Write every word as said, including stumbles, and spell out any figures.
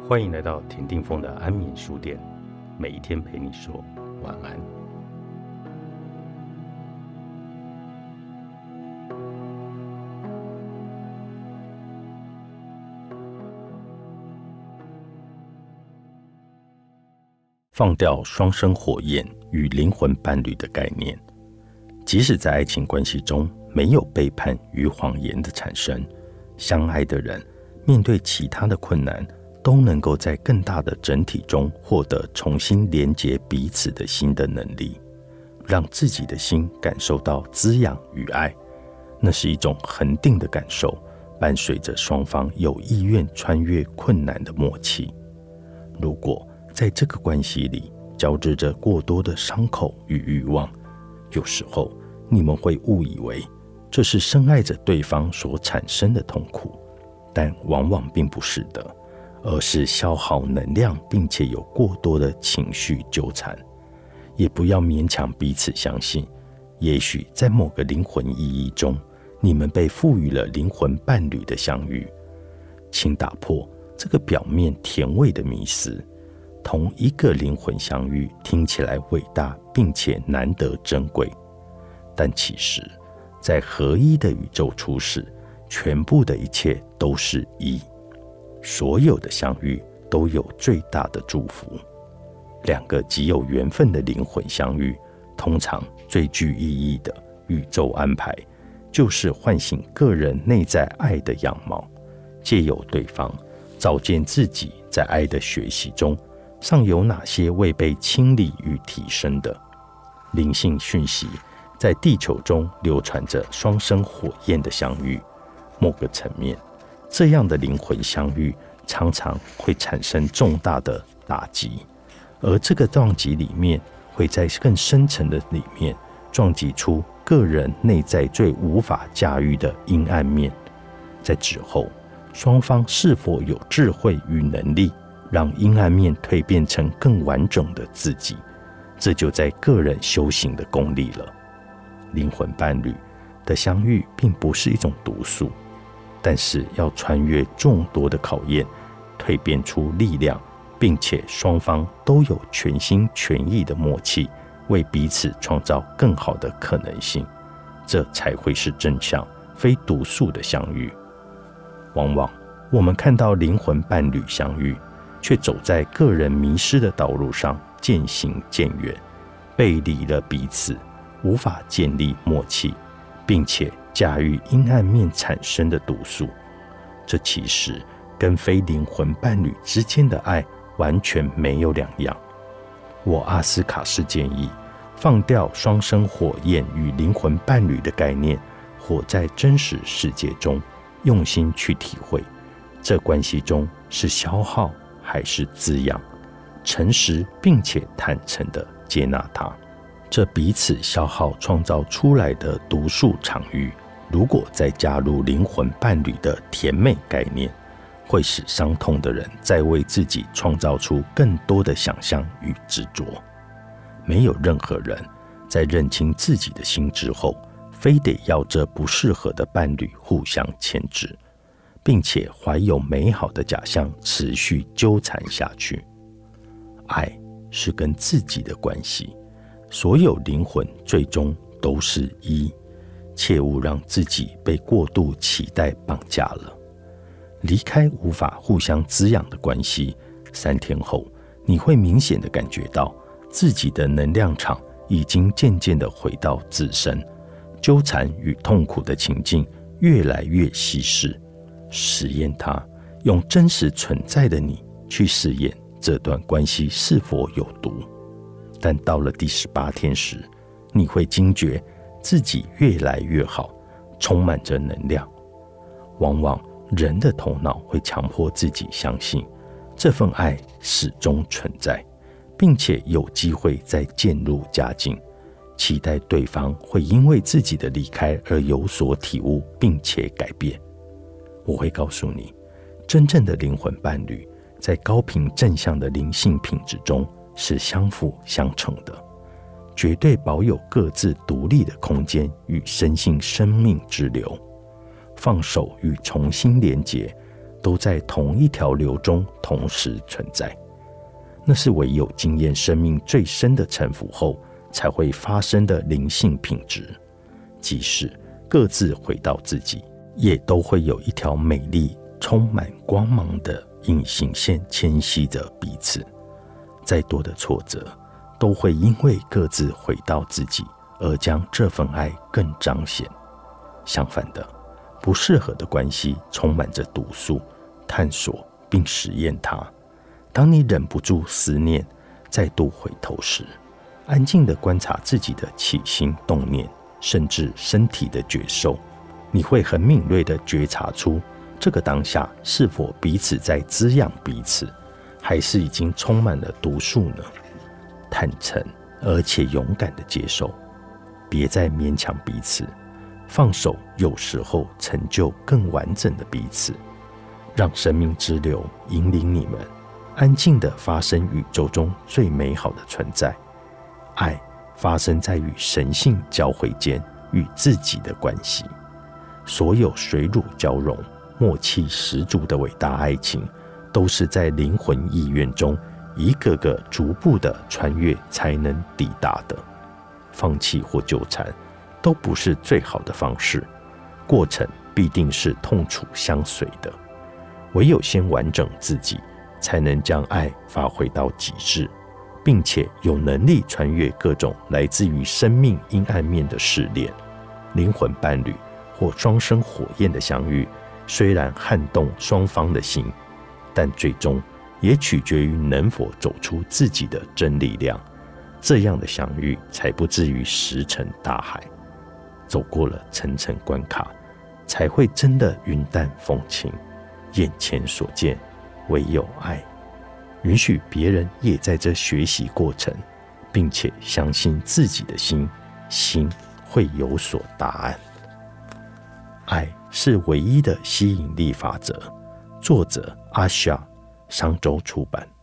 欢迎来到田定峰的安眠书店，每一天陪你说晚安。放掉双生火焰与灵魂伴侣的概念，即使在爱情关系中没有背叛与谎言的产生，相爱的人面对其他的困难，都能够在更大的整体中获得重新连结彼此的新的能力，让自己的心感受到滋养与爱。那是一种恒定的感受，伴随着双方有意愿穿越困难的默契。如果在这个关系里交织着过多的伤口与欲望，有时候你们会误以为这是深爱着对方所产生的痛苦，但往往并不是的，而是消耗能量并且有过多的情绪纠缠。也不要勉强彼此相信，也许在某个灵魂意义中，你们被赋予了灵魂伴侣的相遇。请打破这个表面甜味的迷思，同一个灵魂相遇听起来伟大并且难得珍贵，但其实在合一的宇宙初始，全部的一切都是一，所有的相遇都有最大的祝福。两个极有缘分的灵魂相遇，通常最具意义的宇宙安排，就是唤醒个人内在爱的样貌，借由对方照见自己在爱的学习中尚有哪些未被清理与提升的灵性讯息。在地球中流传着双生火焰的相遇，某个层面，这样的灵魂相遇常常会产生重大的打击，而这个撞击里面会在更深层的里面撞击出个人内在最无法驾驭的阴暗面。在之后，双方是否有智慧与能力让阴暗面蜕变成更完整的自己，这就在个人修行的功力了。灵魂伴侣的相遇并不是一种毒素，但是要穿越众多的考验，蜕变出力量，并且双方都有全心全意的默契，为彼此创造更好的可能性，这才会是真相，非毒素的相遇。往往我们看到灵魂伴侣相遇，却走在个人迷失的道路上，渐行渐远，背离了彼此，无法建立默契，并且驾驭阴暗面产生的毒素。这其实跟非灵魂伴侣之间的爱完全没有两样。我阿斯卡斯建议放掉双生火焰与灵魂伴侣的概念，活在真实世界中，用心去体会这关系中是消耗还是滋养，诚实并且坦诚地接纳它。这彼此消耗创造出来的毒素场域，如果再加入灵魂伴侣的甜美概念，会使伤痛的人再为自己创造出更多的想象与执着。没有任何人在认清自己的心之后，非得要这不适合的伴侣互相牵制，并且怀有美好的假象持续纠缠下去。爱是跟自己的关系，所有灵魂最终都是一，切勿让自己被过度期待绑架了。离开无法互相滋养的关系，三天后，你会明显的感觉到自己的能量场已经渐渐的回到自身，纠缠与痛苦的情境越来越稀释。实验它，用真实存在的你去试验这段关系是否有毒。但到了第十八天时，你会惊觉自己越来越好，充满着能量。往往人的头脑会强迫自己相信这份爱始终存在，并且有机会再渐入佳境，期待对方会因为自己的离开而有所体悟并且改变。我会告诉你，真正的灵魂伴侣在高频正向的灵性品质中是相辅相成的，绝对保有各自独立的空间与身心生命之流。放手与重新连结， 都在同一条流中同时存在。那是唯有经验生命最深的沉浮后才会发生的灵性品质。即使各自回到自己，也都会有一条美丽充满光芒的隐形线牵系着彼此。再多的挫折都会因为各自回到自己而将这份爱更彰显。相反的，不适合的关系充满着毒素，探索并实验它。当你忍不住思念再度回头时，安静地观察自己的起心动念，甚至身体的觉受，你会很敏锐地觉察出这个当下是否彼此在滋养彼此，还是已经充满了毒素呢？坦诚而且勇敢地接受，别再勉强彼此，放手有时候成就更完整的彼此。让生命之流引领你们安静地发生宇宙中最美好的存在。爱发生在与神性交汇间与自己的关系。所有水乳交融、默契十足的伟大爱情，都是在灵魂意愿中一个个逐步的穿越才能抵达的。放弃或纠缠都不是最好的方式，过程必定是痛楚相随的。唯有先完整自己，才能将爱发挥到极致，并且有能力穿越各种来自于生命阴暗面的试炼。灵魂伴侣或双生火焰的相遇，虽然撼动双方的心，但最终也取决于能否走出自己的真力量。这样的相遇才不至于石沉大海。走过了层层关卡，才会真的云淡风轻。眼前所见唯有爱。允许别人也在这学习过程，并且相信自己的心，心会有所答案。爱是唯一的吸引力法则。作者阿夏，商周出版。